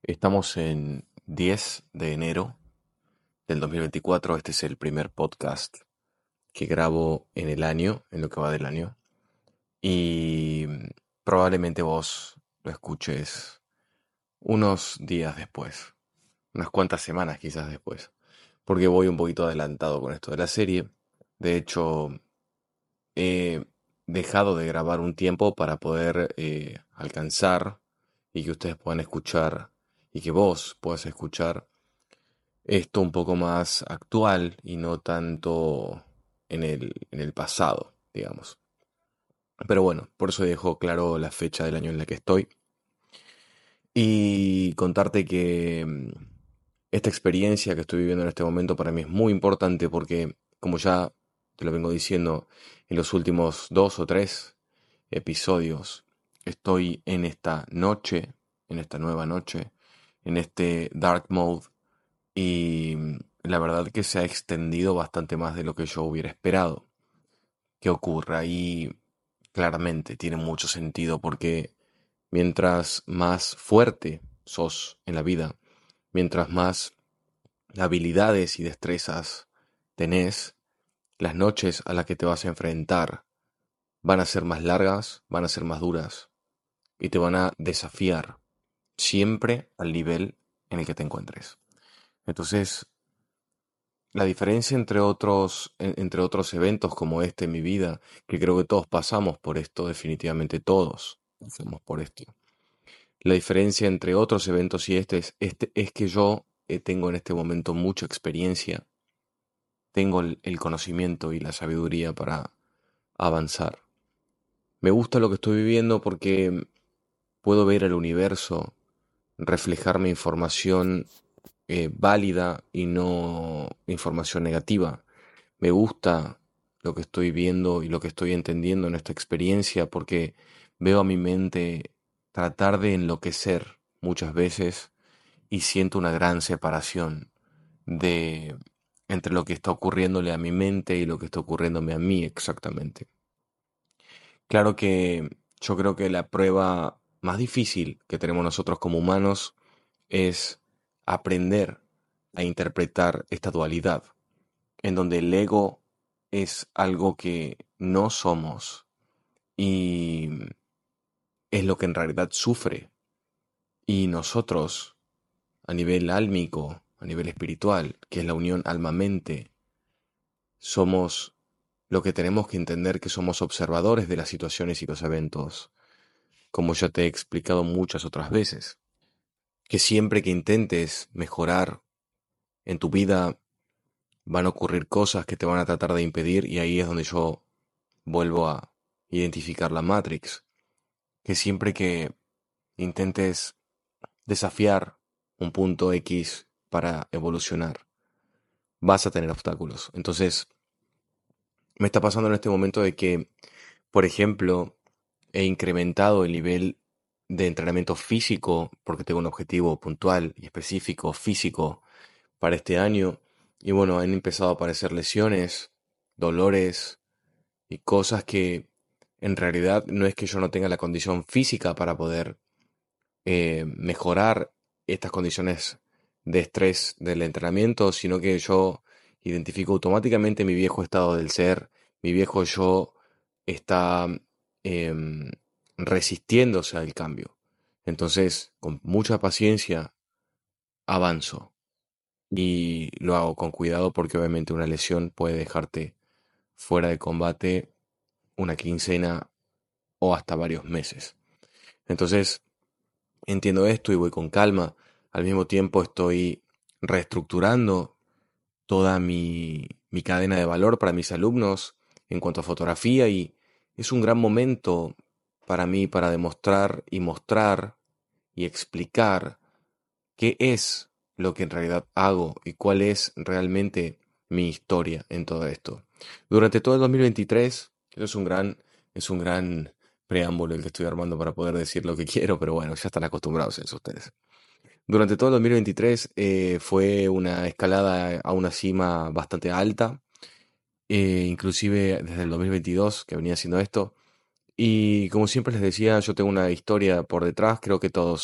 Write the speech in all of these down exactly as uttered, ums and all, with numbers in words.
Estamos en diez de enero del dos mil veinticuatro. Este es el primer podcast que grabo en el año, en lo que va del año. Y mm, probablemente vos lo escuches unos días después, unas cuantas semanas quizás después, porque voy un poquito adelantado con esto de la serie. De hecho, he dejado de grabar un tiempo para poder eh, alcanzar y que ustedes puedan escuchar y que vos puedas escuchar esto un poco más actual y no tanto en el, en el pasado, digamos. Pero bueno, por eso dejo claro la fecha del año en la que estoy. Y contarte que mm, esta experiencia que estoy viviendo en este momento para mí es muy importante porque, como ya te lo vengo diciendo en los últimos dos o tres episodios, estoy en esta noche, en esta nueva noche, en este dark mode. Y mm, la verdad que se ha extendido bastante más de lo que yo hubiera esperado que ocurra. Y claramente tiene mucho sentido porque mientras más fuerte sos en la vida, mientras más habilidades y destrezas tenés, las noches a las que te vas a enfrentar van a ser más largas, van a ser más duras y te van a desafiar siempre al nivel en el que te encuentres. Entonces, la diferencia entre otros, en- entre otros eventos como este en mi vida, que creo que todos pasamos por esto, definitivamente todos pasamos por esto. La diferencia entre otros eventos y este es, este es que yo eh, tengo en este momento mucha experiencia, tengo el, el conocimiento y la sabiduría para avanzar. Me gusta lo que estoy viviendo porque puedo ver el universo reflejarme información eh, válida y no información negativa. Me gusta lo que estoy viendo y lo que estoy entendiendo en esta experiencia porque veo a mi mente tratar de enloquecer muchas veces y siento una gran separación de entre lo que está ocurriéndole a mi mente y lo que está ocurriéndome a mí exactamente. Claro que yo creo que la prueba más difícil que tenemos nosotros como humanos es aprender a interpretar esta dualidad en donde el ego es algo que no somos y es lo que en realidad sufre. Y nosotros, a nivel álmico, a nivel espiritual, que es la unión alma-mente, somos lo que tenemos que entender que somos observadores de las situaciones y los eventos, como ya te he explicado muchas otras veces. Que siempre que intentes mejorar en tu vida, van a ocurrir cosas que te van a tratar de impedir y ahí es donde yo vuelvo a identificar la Matrix, que siempre que intentes desafiar un punto X para evolucionar, vas a tener obstáculos. Entonces, me está pasando en este momento de que, por ejemplo, he incrementado el nivel de entrenamiento físico porque tengo un objetivo puntual y específico físico para este año. Y bueno, han empezado a aparecer lesiones, dolores y cosas que en realidad no es que yo no tenga la condición física para poder eh, mejorar estas condiciones de estrés del entrenamiento, sino que yo identifico automáticamente mi viejo estado del ser, mi viejo yo está em, resistiéndose al cambio. Entonces, con mucha paciencia, avanzo y lo hago con cuidado porque obviamente una lesión puede dejarte fuera de combate una quincena o hasta varios meses. Entonces, entiendo esto y voy con calma. Al mismo tiempo estoy reestructurando toda mi, mi cadena de valor para mis alumnos en cuanto a fotografía y es un gran momento para mí para demostrar y mostrar y explicar qué es lo que en realidad hago y cuál es realmente mi historia en todo esto. Durante todo el dos mil veintitrés, eso es un gran, es un gran preámbulo el que estoy armando para poder decir lo que quiero, pero bueno, ya están acostumbrados a eso ustedes. Durante todo el dos mil veintitrés eh, fue una escalada a una cima bastante alta, eh, inclusive desde el dos mil veintidós que venía haciendo esto. Y como siempre les decía, yo tengo una historia por detrás, creo que todos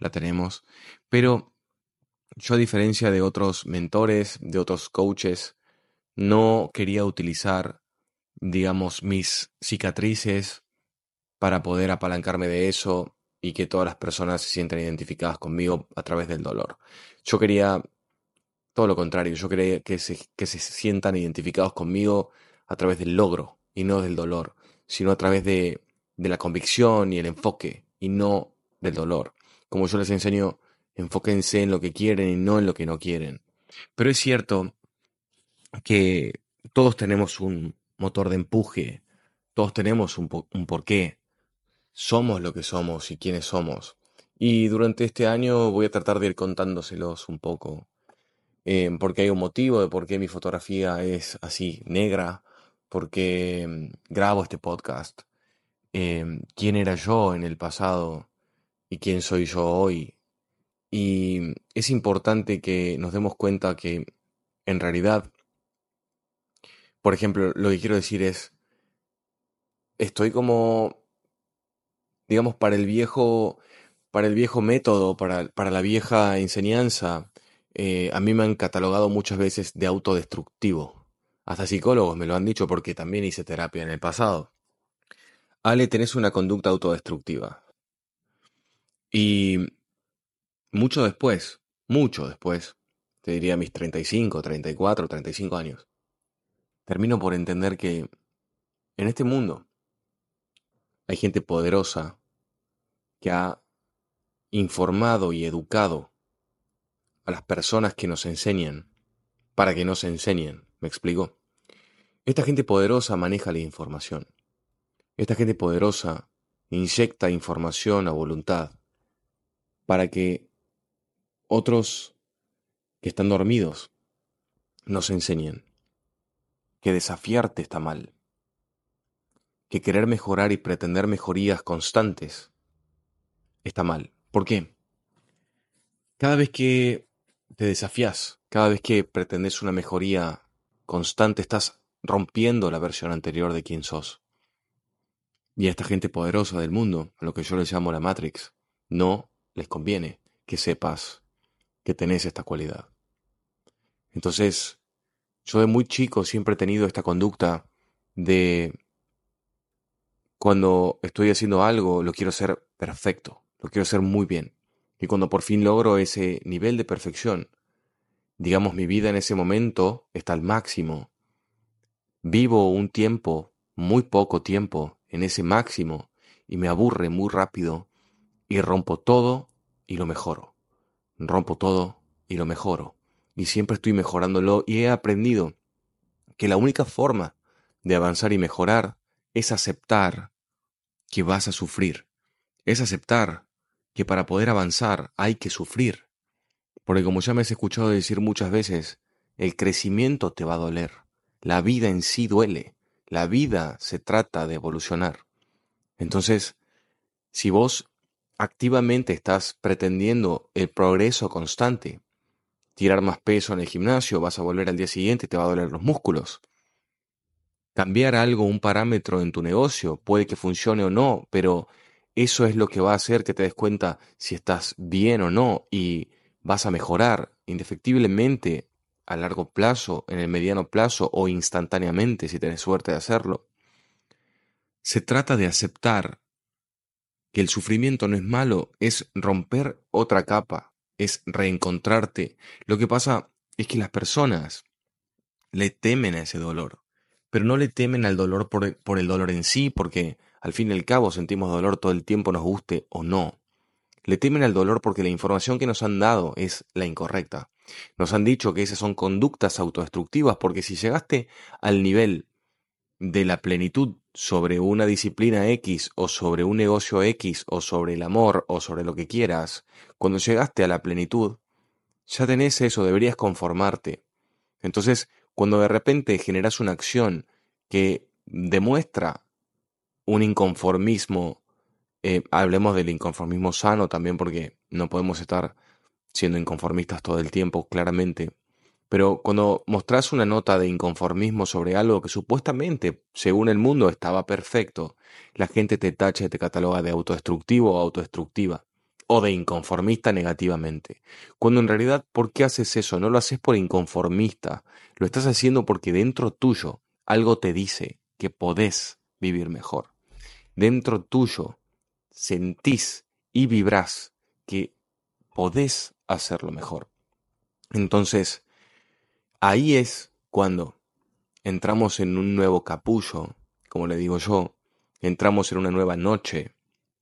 la tenemos, pero yo, a diferencia de otros mentores, de otros coaches, no quería utilizar, digamos, mis cicatrices para poder apalancarme de eso y que todas las personas se sientan identificadas conmigo a través del dolor. Yo quería todo lo contrario, yo quería que se, que se sientan identificados conmigo a través del logro y no del dolor, sino a través de, de la convicción y el enfoque y no del dolor. Como yo les enseño, enfóquense en lo que quieren y no en lo que no quieren. Pero es cierto que todos tenemos un motor de empuje, todos tenemos un, po- un porqué, somos lo que somos y quiénes somos. Y durante este año voy a tratar de ir contándoselos un poco, eh, porque hay un motivo de por qué mi fotografía es así negra, por qué mm, grabo este podcast, eh, quién era yo en el pasado y quién soy yo hoy. Y es importante que nos demos cuenta que en realidad, por ejemplo, lo que quiero decir es, estoy como, digamos, para el viejo, para el viejo método, para, para la vieja enseñanza, eh, a mí me han catalogado muchas veces de autodestructivo. Hasta psicólogos me lo han dicho porque también hice terapia en el pasado. Ale, tenés una conducta autodestructiva. Y mucho después, mucho después, te diría mis treinta y cinco, treinta y cuatro, treinta y cinco años, termino por entender que en este mundo hay gente poderosa que ha informado y educado a las personas que nos enseñan para que nos enseñen. ¿Me explico? Esta gente poderosa maneja la información. Esta gente poderosa inyecta información a voluntad para que otros que están dormidos nos enseñen que desafiarte está mal, que querer mejorar y pretender mejorías constantes está mal. ¿Por qué? Cada vez que te desafías, cada vez que pretendes una mejoría constante, estás rompiendo la versión anterior de quién sos. Y a esta gente poderosa del mundo, a lo que yo les llamo la Matrix, no les conviene que sepas que tenés esta cualidad. Entonces, yo de muy chico siempre he tenido esta conducta de cuando estoy haciendo algo, lo quiero hacer perfecto, lo quiero hacer muy bien. Y cuando por fin logro ese nivel de perfección, digamos, mi vida en ese momento está al máximo. Vivo un tiempo, muy poco tiempo, en ese máximo y me aburre muy rápido y rompo todo y lo mejoro. Rompo todo y lo mejoro. Y siempre estoy mejorándolo y he aprendido que la única forma de avanzar y mejorar es aceptar que vas a sufrir. Es aceptar que para poder avanzar hay que sufrir. Porque como ya me has escuchado decir muchas veces, el crecimiento te va a doler. La vida en sí duele. La vida se trata de evolucionar. Entonces, si vos activamente estás pretendiendo el progreso constante, tirar más peso en el gimnasio, vas a volver al día siguiente y te va a doler los músculos. Cambiar algo, un parámetro en tu negocio, puede que funcione o no, pero eso es lo que va a hacer que te des cuenta si estás bien o no y vas a mejorar indefectiblemente a largo plazo, en el mediano plazo o instantáneamente si tenés suerte de hacerlo. Se trata de aceptar que el sufrimiento no es malo, es romper otra capa, es reencontrarte. Lo que pasa es que las personas le temen a ese dolor, pero no le temen al dolor por el, por el dolor en sí, porque al fin y al cabo sentimos dolor todo el tiempo, nos guste o no. Le temen al dolor porque la información que nos han dado es la incorrecta. Nos han dicho que esas son conductas autodestructivas, porque si llegaste al nivel de la plenitud sobre una disciplina X o sobre un negocio X o sobre el amor o sobre lo que quieras, cuando llegaste a la plenitud, ya tenés eso, deberías conformarte. Entonces, cuando de repente generas una acción que demuestra un inconformismo, eh, hablemos del inconformismo sano también porque no podemos estar siendo inconformistas todo el tiempo, claramente. Pero cuando mostrás una nota de inconformismo sobre algo que supuestamente, según el mundo, estaba perfecto, la gente te tacha y te cataloga de autodestructivo o autodestructiva. o de inconformista negativamente. Cuando en realidad, ¿por qué haces eso? No lo haces por inconformista, lo estás haciendo porque dentro tuyo algo te dice que podés vivir mejor. Dentro tuyo sentís y vibrás que podés hacerlo mejor. Entonces, ahí es cuando entramos en un nuevo capullo, como le digo yo, entramos en una nueva noche,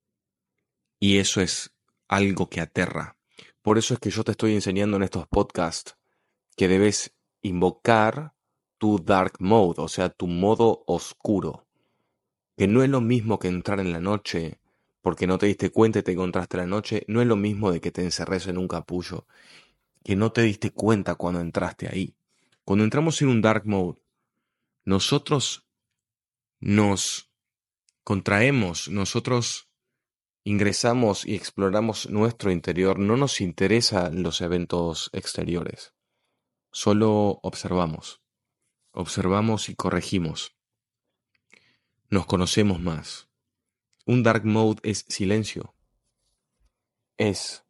y eso es algo que aterra. Por eso es que yo te estoy enseñando en estos podcasts que debes invocar tu dark mode, o sea, tu modo oscuro, que no es lo mismo que entrar en la noche porque no te diste cuenta y te encontraste la noche, no es lo mismo de que te encerres en un capullo, que no te diste cuenta cuando entraste ahí. Cuando entramos en un dark mode, nosotros nos contraemos, nosotros ingresamos y exploramos nuestro interior, no nos interesan los eventos exteriores, solo observamos, observamos y corregimos, nos conocemos más. Un dark mode es silencio, es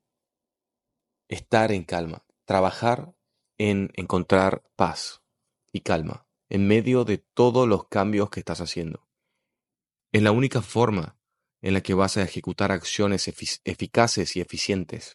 estar en calma, trabajar en encontrar paz y calma en medio de todos los cambios que estás haciendo. Es la única forma en la que vas a ejecutar acciones efic- eficaces y eficientes.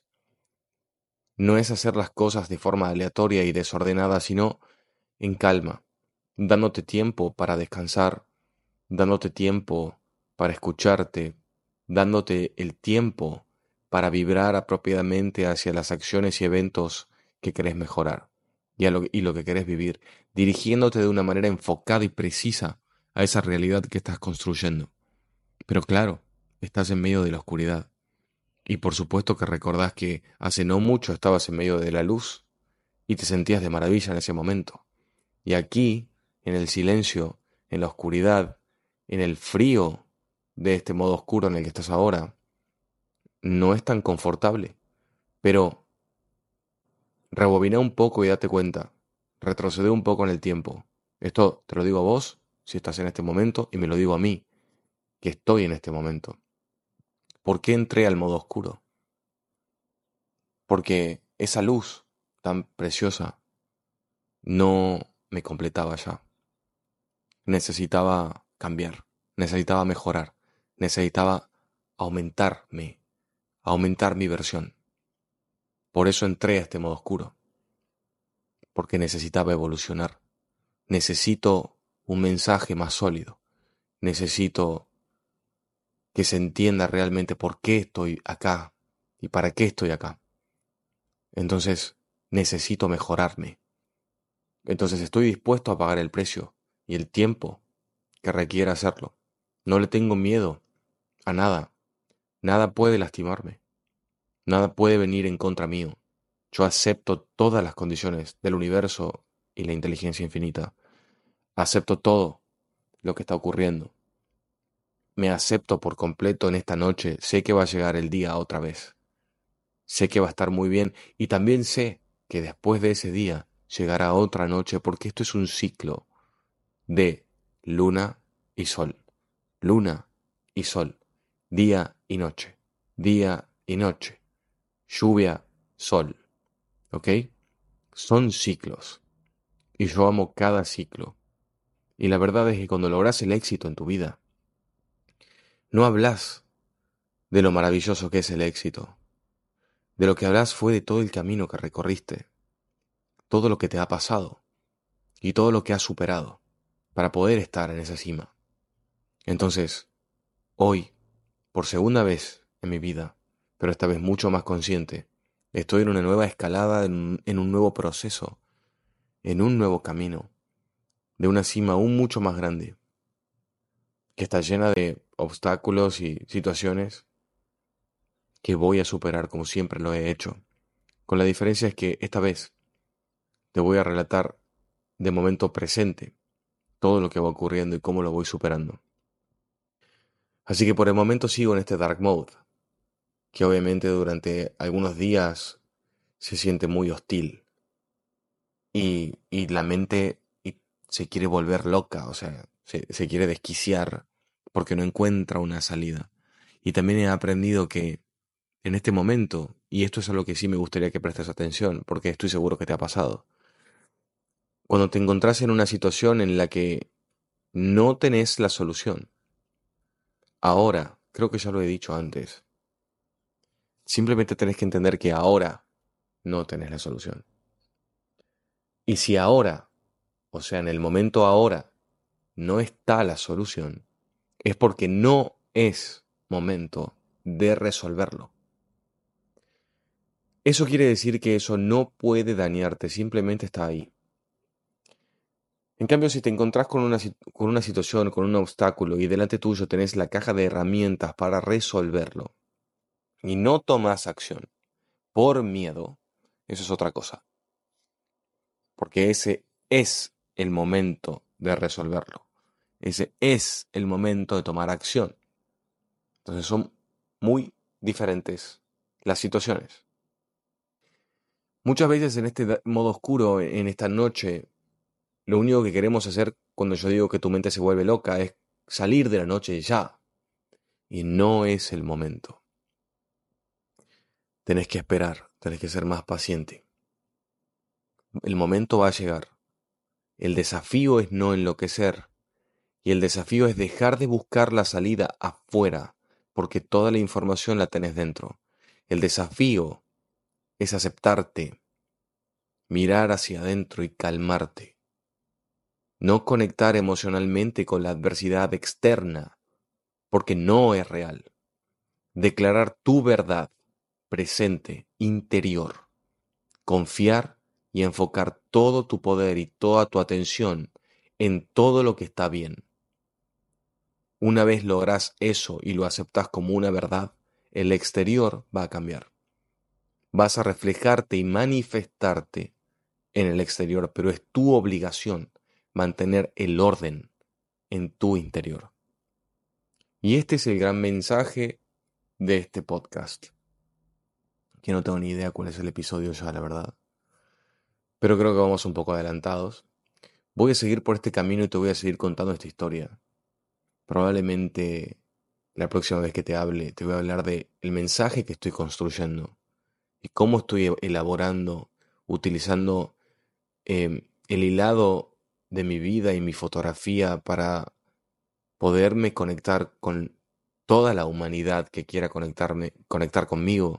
No es hacer las cosas de forma aleatoria y desordenada, sino en calma, dándote tiempo para descansar, dándote tiempo para escucharte, dándote el tiempo para vibrar apropiadamente hacia las acciones y eventos que querés mejorar y, a lo, y lo que querés vivir, dirigiéndote de una manera enfocada y precisa a esa realidad que estás construyendo. Pero claro, estás en medio de la oscuridad. Y por supuesto que recordás que hace no mucho estabas en medio de la luz y te sentías de maravilla en ese momento. Y aquí, en el silencio, en la oscuridad, en el frío de este modo oscuro en el que estás ahora, no es tan confortable. Pero rebobina un poco y date cuenta. Retrocede un poco en el tiempo. Esto te lo digo a vos, si estás en este momento, y me lo digo a mí, que estoy en este momento. ¿Por qué entré al modo oscuro? Porque esa luz tan preciosa no me completaba ya. Necesitaba cambiar, necesitaba mejorar, necesitaba aumentarme, aumentar mi versión. Por eso entré a este modo oscuro, porque necesitaba evolucionar. Necesito un mensaje más sólido. Necesito que se entienda realmente por qué estoy acá y para qué estoy acá. Entonces, necesito mejorarme. Entonces estoy dispuesto a pagar el precio y el tiempo que requiera hacerlo. No le tengo miedo a nada. Nada puede lastimarme. Nada puede venir en contra mío. Yo acepto todas las condiciones del universo y la inteligencia infinita. Acepto todo lo que está ocurriendo. Me acepto por completo en esta noche. Sé que va a llegar el día otra vez. Sé que va a estar muy bien y también sé que después de ese día llegará otra noche porque esto es un ciclo de luna y sol. Luna y sol. Día y noche. Día y noche. Lluvia, sol. ¿Ok? Son ciclos. Y yo amo cada ciclo. Y la verdad es que cuando logras el éxito en tu vida, no hablas de lo maravilloso que es el éxito. De lo que hablas fue de todo el camino que recorriste, todo lo que te ha pasado y todo lo que has superado para poder estar en esa cima. Entonces, hoy, por segunda vez en mi vida, pero esta vez mucho más consciente, estoy en una nueva escalada, en, en un nuevo proceso, en un nuevo camino, de una cima aún mucho más grande, que está llena de obstáculos y situaciones que voy a superar como siempre lo he hecho. Con la diferencia es que esta vez te voy a relatar de momento presente todo lo que va ocurriendo y cómo lo voy superando. Así que por el momento sigo en este dark mode, que obviamente durante algunos días se siente muy hostil y, y la mente y se quiere volver loca, o sea, se, se quiere desquiciar porque no encuentra una salida. Y también he aprendido que en este momento, y esto es algo que sí me gustaría que prestes atención, porque estoy seguro que te ha pasado, cuando te encontrás en una situación en la que no tenés la solución, ahora, creo que ya lo he dicho antes, simplemente tenés que entender que ahora no tenés la solución. Y si ahora, o sea, en el momento ahora, no está la solución, es porque no es momento de resolverlo. Eso quiere decir que eso no puede dañarte, simplemente está ahí. En cambio, si te encontrás con una, con una situación, con un obstáculo y delante tuyo tenés la caja de herramientas para resolverlo y no tomas acción por miedo, eso es otra cosa. Porque ese es el momento de resolverlo. Ese es el momento de tomar acción. Entonces son muy diferentes las situaciones. Muchas veces en este modo oscuro, en esta noche, lo único que queremos hacer cuando yo digo que tu mente se vuelve loca es salir de la noche ya. Y no es el momento. Tenés que esperar, tenés que ser más paciente. El momento va a llegar. El desafío es no enloquecer. Y el desafío es dejar de buscar la salida afuera, porque toda la información la tenés dentro. El desafío es aceptarte, mirar hacia adentro y calmarte. No conectar emocionalmente con la adversidad externa, porque no es real. Declarar tu verdad presente, interior. Confiar y enfocar todo tu poder y toda tu atención en todo lo que está bien. Una vez logras eso y lo aceptas como una verdad, el exterior va a cambiar. Vas a reflejarte y manifestarte en el exterior, pero es tu obligación mantener el orden en tu interior. Y este es el gran mensaje de este podcast, que no tengo ni idea cuál es el episodio ya, la verdad. Pero creo que vamos un poco adelantados. Voy a seguir por este camino y te voy a seguir contando esta historia. Probablemente la próxima vez que te hable, te voy a hablar de el mensaje que estoy construyendo y cómo estoy elaborando, utilizando eh, el hilado de mi vida y mi fotografía para poderme conectar con toda la humanidad que quiera conectarme, conectar conmigo,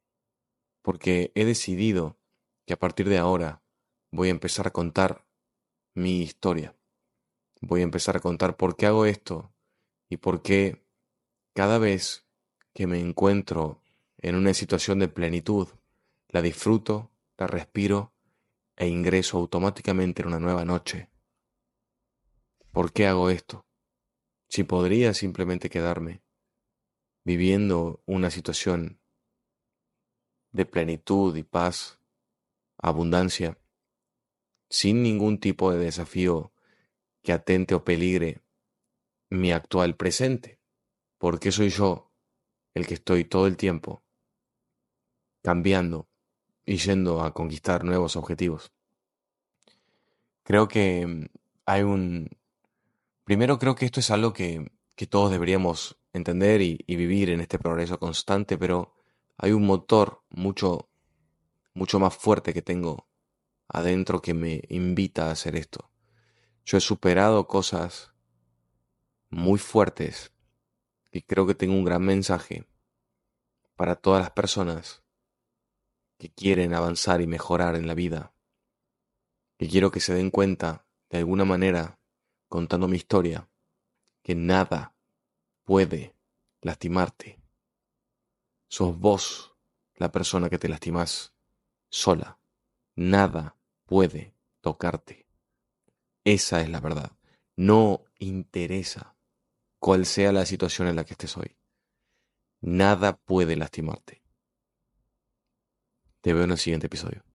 porque he decidido que a partir de ahora voy a empezar a contar mi historia. Voy a empezar a contar por qué hago esto y por qué cada vez que me encuentro en una situación de plenitud, la disfruto, la respiro e ingreso automáticamente en una nueva noche. ¿Por qué hago esto? Si podría simplemente quedarme viviendo una situación de plenitud y paz, abundancia, sin ningún tipo de desafío que atente o peligre mi actual presente. Porque soy yo el que estoy todo el tiempo cambiando y yendo a conquistar nuevos objetivos. Creo que mm, hay un... Primero creo que esto es algo que, que todos deberíamos entender y, y vivir en este progreso constante, pero hay un motor mucho, mucho más fuerte que tengo adentro que me invita a hacer esto. Yo he superado cosas muy fuertes y creo que tengo un gran mensaje para todas las personas que quieren avanzar y mejorar en la vida, que quiero que se den cuenta, de alguna manera, contando mi historia, que nada puede lastimarte. Sos vos la persona que te lastimas sola. Nada puede tocarte. Esa es la verdad. No interesa cuál sea la situación en la que estés hoy. Nada puede lastimarte. Te veo en el siguiente episodio.